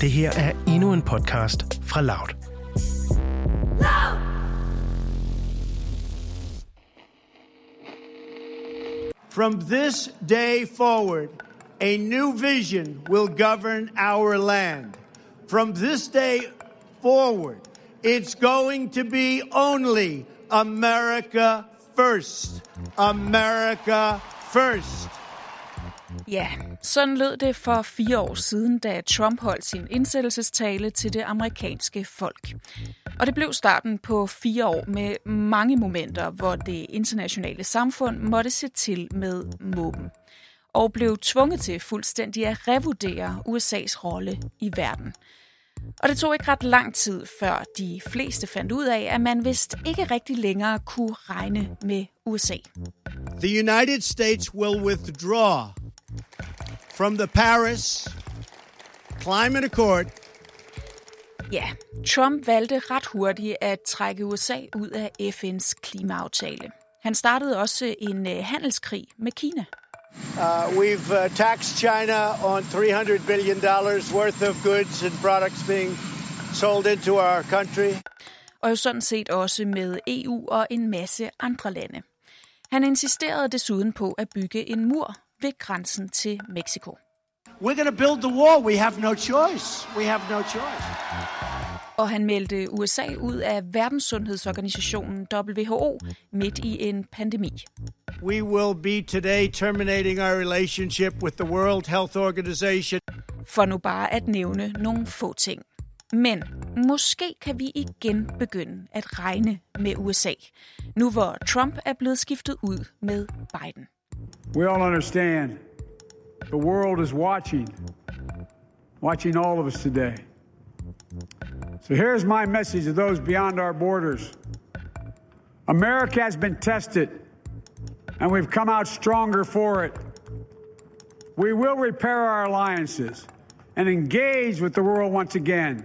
Det her er endnu en podcast fra Loud. From this day forward, a new vision will govern our land. From this day forward, it's going to be only America first. America first. Ja, sådan lød det for 4 år siden, da Trump holdt sin indsættelsestale til det amerikanske folk. Og det blev starten på 4 år med mange momenter, hvor det internationale samfund måtte se til med måben. Og blev tvunget til fuldstændig at revurdere USA's rolle i verden. Og det tog ikke ret lang tid, før de fleste fandt ud af, at man vist ikke rigtig længere kunne regne med USA. The United States will withdraw from the Paris Climate Accord. Ja, Trump valgte ret hurtigt at trække USA ud af FN's klimaaftale. Han startede også en handelskrig med Kina. We've taxed China on $300 billion worth of goods and products being sold into our country. Og jo sådan set også med EU og en masse andre lande. Han insisterede desuden på at bygge en mur ved grænsen til Mexico. We're going to build the wall. We have no choice. We have no choice. Og han meldte USA ud af Verdenssundhedsorganisationen WHO midt i en pandemi. We will be today terminating our relationship with the World Health Organization. For nu bare at nævne nogle få ting. Men måske kan vi igen begynde at regne med USA, nu hvor Trump er blevet skiftet ud med Biden. We all understand the world is watching all of us today. So here's my message to those beyond our borders. America has been tested, and we've come out stronger for it. We will repair our alliances and engage with the world once again.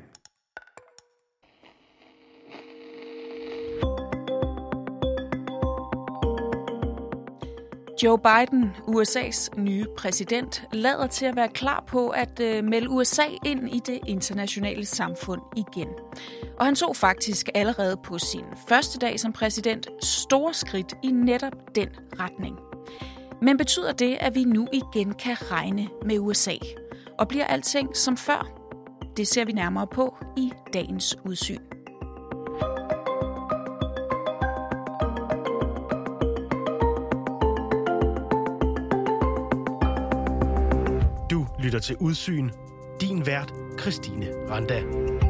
Joe Biden, USA's nye præsident, lader til at være klar på at melde USA ind i det internationale samfund igen. Og han tog faktisk allerede på sin første dag som præsident store skridt i netop den retning. Men betyder det, at vi nu igen kan regne med USA? Og bliver alting som før? Det ser vi nærmere på i dagens udsyn. Du lytter til Udsyn. Din vært, Christine Randa.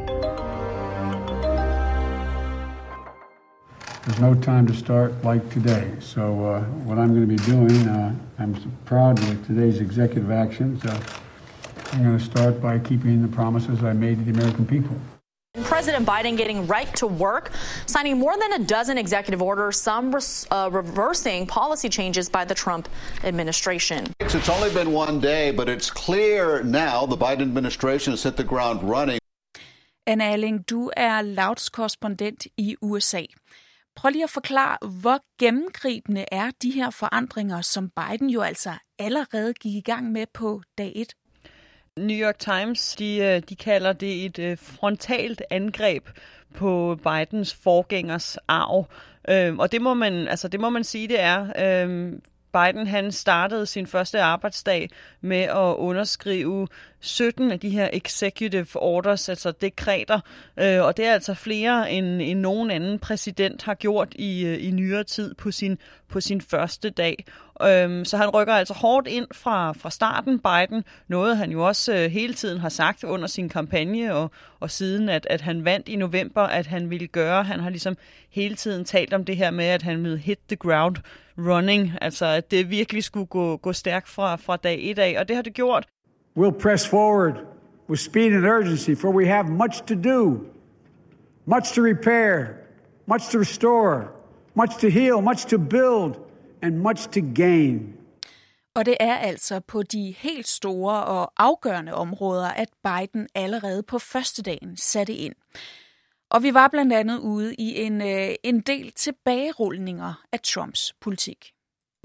There's no time to start like today. So what I'm going to be doing, I'm proud with today's executive actions. I'm going to start by keeping the promises I made to the American people. President Biden getting right to work, signing more than a dozen executive orders, some reversing policy changes by the Trump administration. It's only been one day, but it's clear now the Biden administration has hit the ground running. Anna Alling, du er Louds korrespondent i USA. Prøv lige at forklare, hvor gennemgribende er de her forandringer, som Biden jo altså allerede gik i gang med på dag 1? New York Times, de kalder det et frontalt angreb på Bidens forgængers arv. Og det må man sige, det er. Biden han startede sin første arbejdsdag med at underskrive 17 af de her executive orders, altså dekreter, og det er altså flere end nogen anden præsident har gjort i nyere tid på sin første dag. Så han rykker altså hårdt ind fra starten, Biden, noget han jo også hele tiden har sagt under sin kampagne, og siden at han vandt i november, at han ville gøre. Han har ligesom hele tiden talt om det her med, at han ville hit the ground running, altså at det virkelig skulle gå stærkt fra dag 1 af, og det har det gjort. We'll press forward with speed and urgency, for we have much to do, much to repair, much to restore, much to heal, much to build, and much to gain. Og det er altså på de helt store og afgørende områder, at Biden allerede på første dagen satte ind. Og vi var blandt andet ude i en del tilbagerulninger af Trumps politik.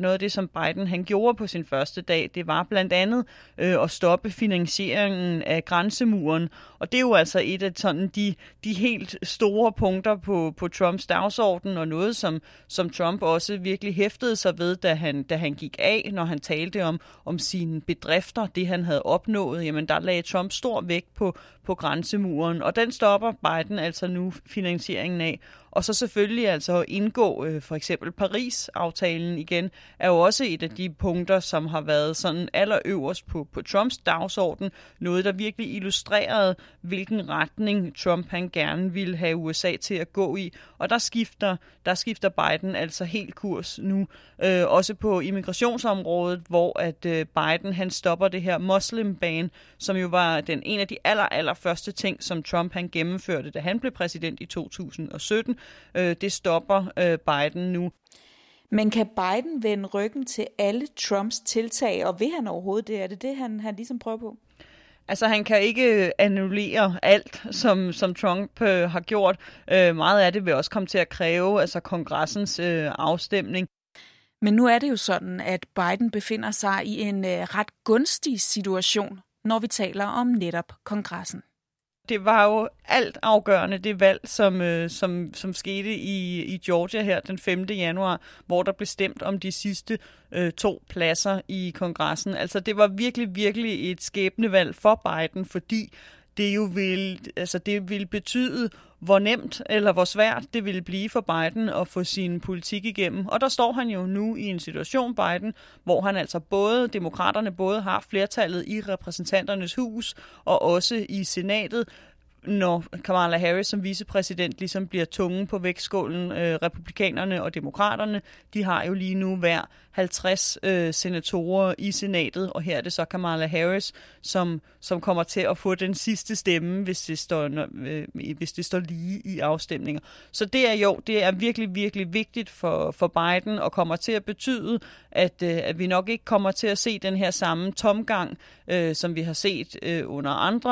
Noget af det, som Biden han gjorde på sin første dag, det var blandt andet at stoppe finansieringen af grænsemuren. Og det er jo altså et af sådan de helt store punkter på Trumps dagsorden, og noget, som Trump også virkelig hæftede sig ved, da han gik af, når han talte om sine bedrifter, det han havde opnået. Jamen, der lagde Trump stor vægt på grænsemuren, og den stopper Biden altså nu finansieringen af. Og så selvfølgelig altså at indgå for eksempel Paris-aftalen igen, er jo også et af de punkter, som har været sådan allerøverst på Trumps dagsorden. Noget, der virkelig illustrerede, hvilken retning Trump han gerne ville have USA til at gå i. Og der skifter Biden altså helt kurs nu. Også på immigrationsområdet, hvor at Biden han stopper det her Muslim ban, som jo var en af de allerførste ting, som Trump han gennemførte, da han blev præsident i 2017. Det stopper Biden nu. Men kan Biden vende ryggen til alle Trumps tiltag, og vil han overhovedet det? Er det han ligesom prøver på? Altså, han kan ikke annullere alt, som Trump har gjort. Meget af det vil også komme til at kræve altså kongressens afstemning. Men nu er det jo sådan, at Biden befinder sig i en ret gunstig situation, når vi taler om netop kongressen. Det var jo alt afgørende, det valg, som skete i Georgia her den 5. januar, hvor der blev stemt om de sidste 2 pladser i kongressen. Altså, det var virkelig, virkelig et skæbnevalg for Biden, fordi det jo ville betyde, hvor nemt eller hvor svært det ville blive for Biden at få sin politik igennem. Og der står han jo nu i en situation, Biden, hvor han altså demokraterne både har flertallet i repræsentanternes hus og også i senatet, når Kamala Harris som vicepræsident ligesom bliver tungen på vægtskålen. Republikanerne og demokraterne, de har jo lige nu hver 50 senatorer i senatet, og her er det så Kamala Harris, som kommer til at få den sidste stemme, hvis det står lige i afstemninger. Så det er virkelig, virkelig vigtigt for Biden, og kommer til at betyde, at vi nok ikke kommer til at se den her samme tomgang, som vi har set under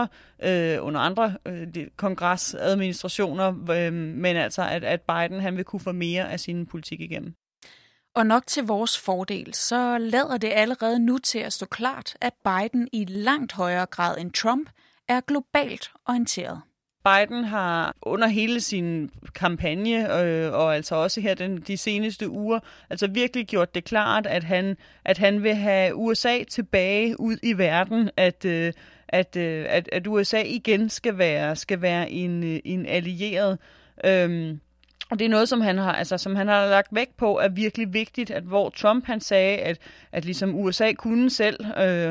andre kongresadministrationer, men altså at Biden han vil kunne få mere af sin politik igennem. Og nok til vores fordel, så lader det allerede nu til at stå klart, at Biden i langt højere grad end Trump er globalt orienteret. Biden har under hele sin kampagne, og altså også her de seneste uger, altså virkelig gjort det klart, at han vil have USA tilbage ud i verden, at USA igen skal være en allieret. Og det er noget, som han har lagt vægt på, er virkelig vigtigt, at hvor Trump han sagde, at ligesom USA kunne selv,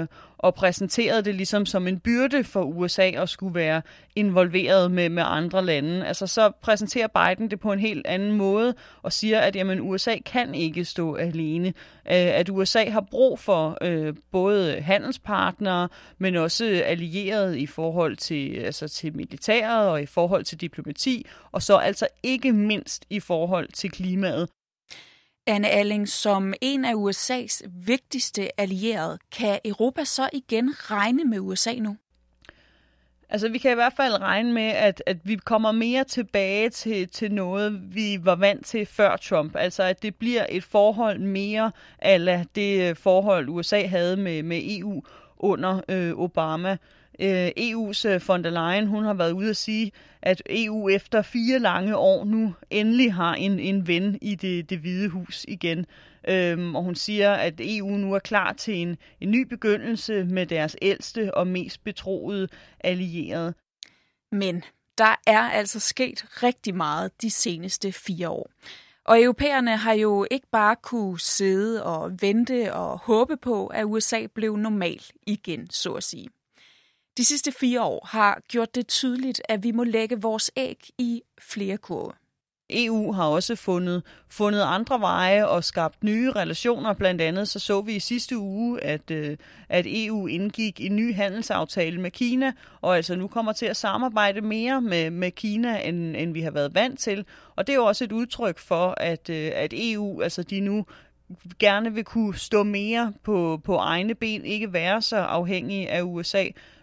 og præsenterede det ligesom som en byrde for USA at skulle være involveret med andre lande. Altså så præsenterer Biden det på en helt anden måde og siger, at jamen, USA kan ikke stå alene. At USA har brug for både handelspartnere, men også allierede i forhold til militæret og i forhold til diplomati, og så altså ikke mindst i forhold til klimaet. Anne Alling, som en af USA's vigtigste allierede, kan Europa så igen regne med USA nu? Altså, vi kan i hvert fald regne med, at vi kommer mere tilbage til noget, vi var vant til før Trump. Altså, at det bliver et forhold mere a det forhold, USA havde med EU under Obama. EU's von der Leyen, hun har været ude at sige, at EU efter 4 lange år nu endelig har en ven i det Hvide Hus igen. Og hun siger, at EU nu er klar til en ny begyndelse med deres ældste og mest betroede allierede. Men der er altså sket rigtig meget de seneste 4 år. Og europæerne har jo ikke bare kunne sidde og vente og håbe på, at USA blev normal igen, så at sige. De sidste 4 år har gjort det tydeligt, at vi må lægge vores æg i flere kurve. EU har også fundet andre veje og skabt nye relationer. Blandt andet så vi i sidste uge, at EU indgik en ny handelsaftale med Kina, og altså nu kommer til at samarbejde mere med Kina, end vi har været vant til. Og det er jo også et udtryk for, at EU, altså de nu gerne vil kunne stå mere på egne ben, ikke være så afhængige af USA.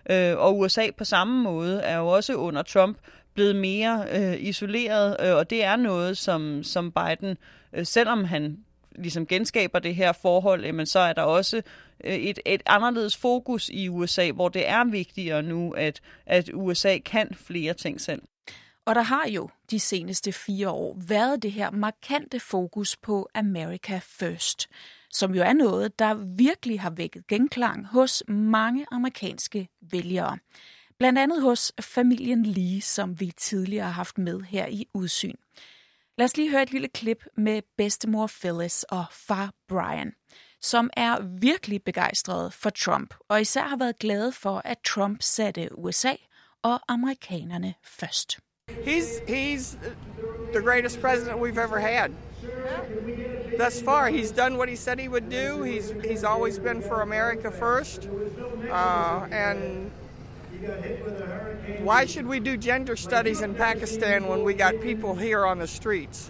Og USA på samme måde er jo også under Trump blevet mere isoleret, og det er noget, som Biden, selvom han ligesom genskaber det her forhold, jamen så er der også et anderledes fokus i USA, hvor det er vigtigere nu, at USA kan flere ting selv. Og der har jo de seneste 4 år været det her markante fokus på America First, som jo er noget, der virkelig har vækket genklang hos mange amerikanske vælgere. Blandt andet hos familien Lee, som vi tidligere har haft med her i Udsyn. Lad os lige høre et lille klip med bedstemor Phyllis og far Brian, som er virkelig begejstrede for Trump, og især har været glade for, at Trump satte USA og amerikanerne først. He's the greatest president we've ever had. Thus far, he's done what he said he would do. He's always been for America first. And why should we do gender studies in Pakistan when we got people here on the streets?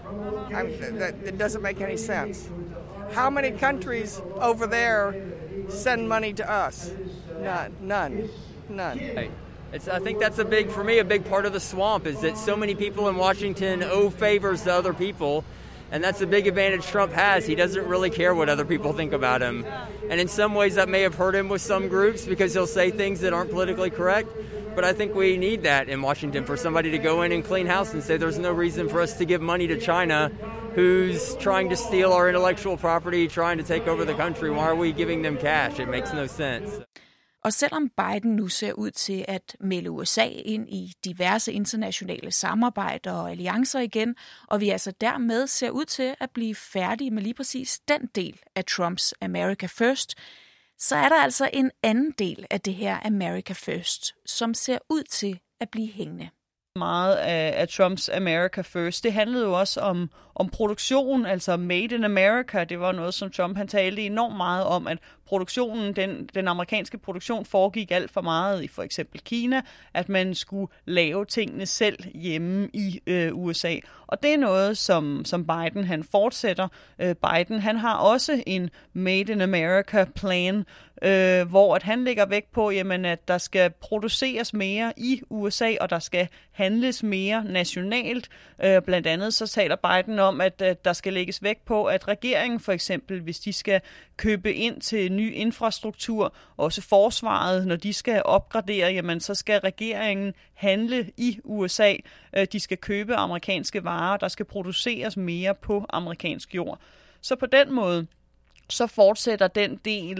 That doesn't make any sense. How many countries over there send money to us? None. Hey. I think that's for me, a big part of the swamp is that so many people in Washington owe favors to other people, and that's a big advantage Trump has. He doesn't really care what other people think about him. And in some ways that may have hurt him with some groups because he'll say things that aren't politically correct, but I think we need that in Washington for somebody to go in and clean house and say there's no reason for us to give money to China who's trying to steal our intellectual property, trying to take over the country. Why are we giving them cash? It makes no sense. Og selvom Biden nu ser ud til at melde USA ind i diverse internationale samarbejder og alliancer igen, og vi altså dermed ser ud til at blive færdige med lige præcis den del af Trumps America First, så er der altså en anden del af det her America First, som ser ud til at blive hængende. Meget af Trumps America First, det handlede jo også om produktion, altså Made in America. Det var noget, som Trump han talte enormt meget om, at produktionen, den amerikanske produktion foregik alt for meget i for eksempel Kina, at man skulle lave tingene selv hjemme i USA. Og det er noget, som Biden han fortsætter. Biden han har også en Made in America plan, hvor at han lægger vægt på, jamen, at der skal produceres mere i USA, og der skal handles mere nationalt. Blandt andet så taler Biden om, at der skal lægges vægt på, at regeringen for eksempel, hvis de skal købe ind til ny infrastruktur, også forsvaret, når de skal opgradere, jamen så skal regeringen handle i USA. De skal købe amerikanske varer, der skal produceres mere på amerikansk jord. Så på den måde, så fortsætter den del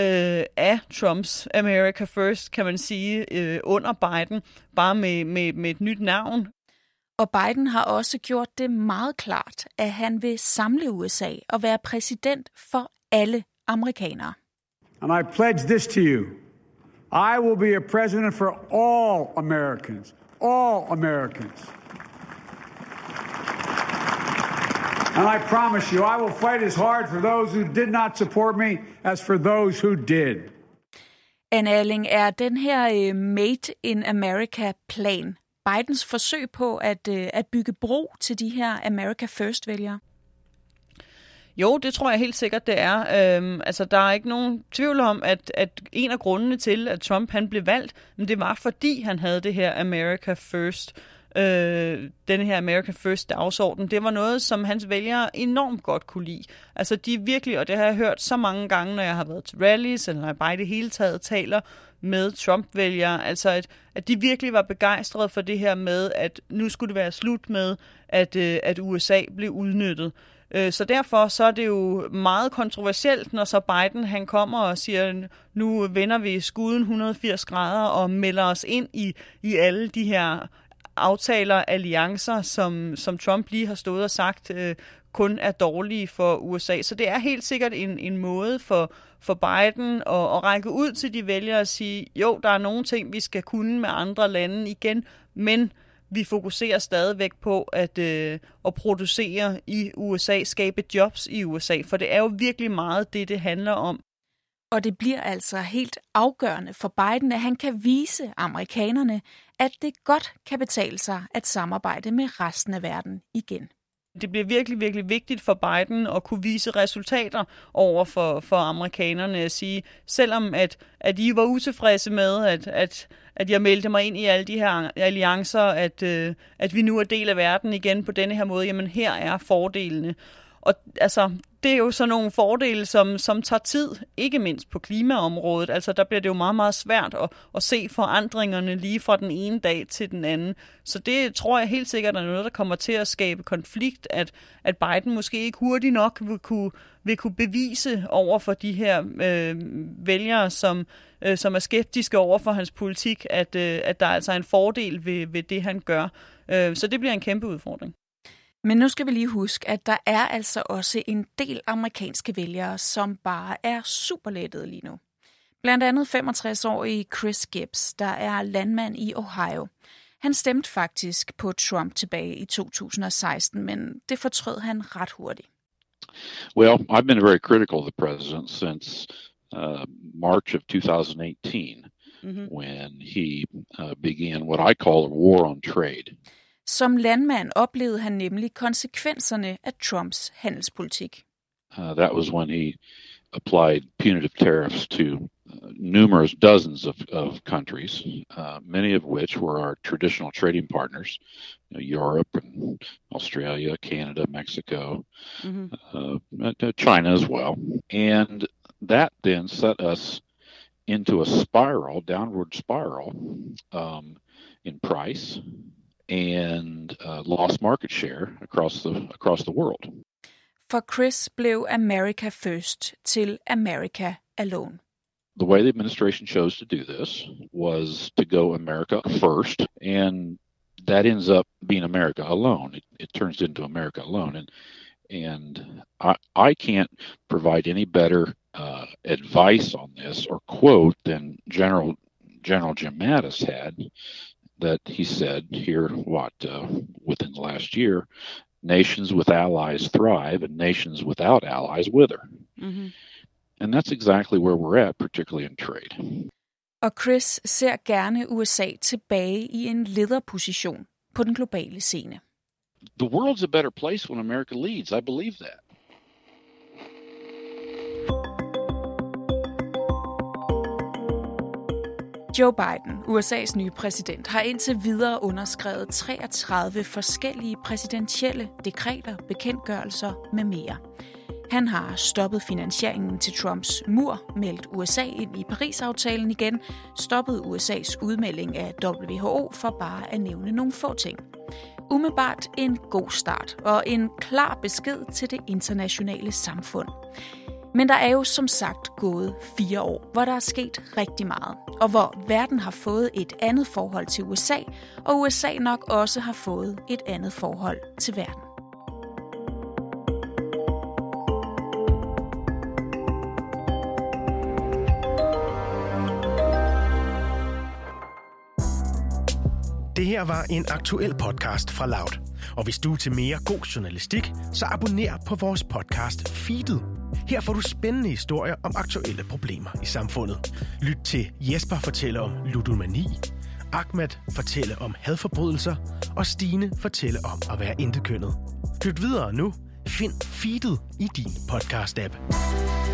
af Trumps America First, kan man sige, under Biden, bare med et nyt navn. Og Biden har også gjort det meget klart, at han vil samle USA og være præsident for alle amerikanere. And I pledge this to you. I will be a president for all Americans. All Americans. And I promise you, I will fight as hard for those who did not support me as for those who did. Anne Alling, er den her Made in America-plan Bidens forsøg på at bygge bro til de her America First-vælgere? Jo, det tror jeg helt sikkert, det er. Altså, der er ikke nogen tvivl om, at en af grundene til, at Trump han blev valgt, men det var, fordi han havde det her America First, den her America First dagsorden. Det var noget, som hans vælgere enormt godt kunne lide. Altså, de virkelig, og det har jeg hørt så mange gange, når jeg har været til rallies, eller når jeg bare i det hele taget taler med Trump-vælgere, altså at de virkelig var begejstrede for det her med, at nu skulle det være slut med, at USA blev udnyttet. Så derfor så er det jo meget kontroversielt, når så Biden han kommer og siger, nu vender vi skuden 180 grader og melder os ind i alle de her aftaler, alliancer, som Trump lige har stået og sagt, kun er dårlige for USA. Så det er helt sikkert en måde for Biden at række ud til de vælgere og sige, jo, der er nogle ting, vi skal kunne med andre lande igen, men vi fokuserer stadigvæk på at producere i USA, skabe jobs i USA, for det er jo virkelig meget det handler om. Og det bliver altså helt afgørende for Biden, at han kan vise amerikanerne, at det godt kan betale sig at samarbejde med resten af verden igen. Det bliver virkelig, virkelig vigtigt for Biden at kunne vise resultater over for amerikanerne at sige, selvom at I var utilfredse med, at jeg meldte mig ind i alle de her alliancer, at vi nu er del af verden igen på denne her måde, jamen her er fordelene. Og altså, det er jo sådan nogle fordele, som tager tid, ikke mindst på klimaområdet. Altså der bliver det jo meget, meget svært at se forandringerne lige fra den ene dag til den anden. Så det tror jeg helt sikkert er noget, der kommer til at skabe konflikt, at Biden måske ikke hurtigt nok vil kunne bevise over for de her vælgere, som er skeptiske over for hans politik, at der altså er en fordel ved det, han gør. Så det bliver en kæmpe udfordring. Men nu skal vi lige huske, at der er altså også en del amerikanske vælgere, som bare er superlettede lige nu. Blandt andet 65-årige Chris Gibbs, der er landmand i Ohio. Han stemte faktisk på Trump tilbage i 2016, men det fortrød han ret hurtigt. Well, I've been very critical of the president since March of 2018, when he began what I call a war on trade. Som landmand oplevede han nemlig konsekvenserne af Trumps handelspolitik. That was when he applied punitive tariffs to numerous dozens of countries, many of which were our traditional trading partners, Europe and Australia, Canada, Mexico, China as well. And that then set us into a downward spiral in price and lost market share across the world. For Chris blev America First til America Alone. The way the administration chose to do this was to go America first, and that ends up being America alone. It turns into America alone, and I can't provide any better advice on this or quote than General Jim Mattis had. That he said here, within the last year, nations with allies thrive and nations without allies wither. And that's exactly where we're at, particularly in trade. Og Chris ser gerne USA tilbage i en lederposition på den globale scene. The world's a better place when America leads. I believe that. Joe Biden, USA's nye præsident, har indtil videre underskrevet 33 forskellige præsidentielle dekreter, bekendtgørelser med mere. Han har stoppet finansieringen til Trumps mur, meldt USA ind i Paris-aftalen igen, stoppet USA's udmelding af WHO for bare at nævne nogle få ting. Umiddelbart en god start og en klar besked til det internationale samfund. Men der er jo som sagt gået 4 år, hvor der er sket rigtig meget, og hvor verden har fået et andet forhold til USA, og USA nok også har fået et andet forhold til verden. Det her var en aktuel podcast fra Loud. Og hvis du er til mere god journalistik, så abonner på vores podcast Feedet. Her får du spændende historier om aktuelle problemer i samfundet. Lyt til Jesper fortælle om ludomani, Ahmed fortælle om hadforbrydelser, og Stine fortælle om at være intetkønnet. Lyt videre nu. Find Feedet i din podcast-app.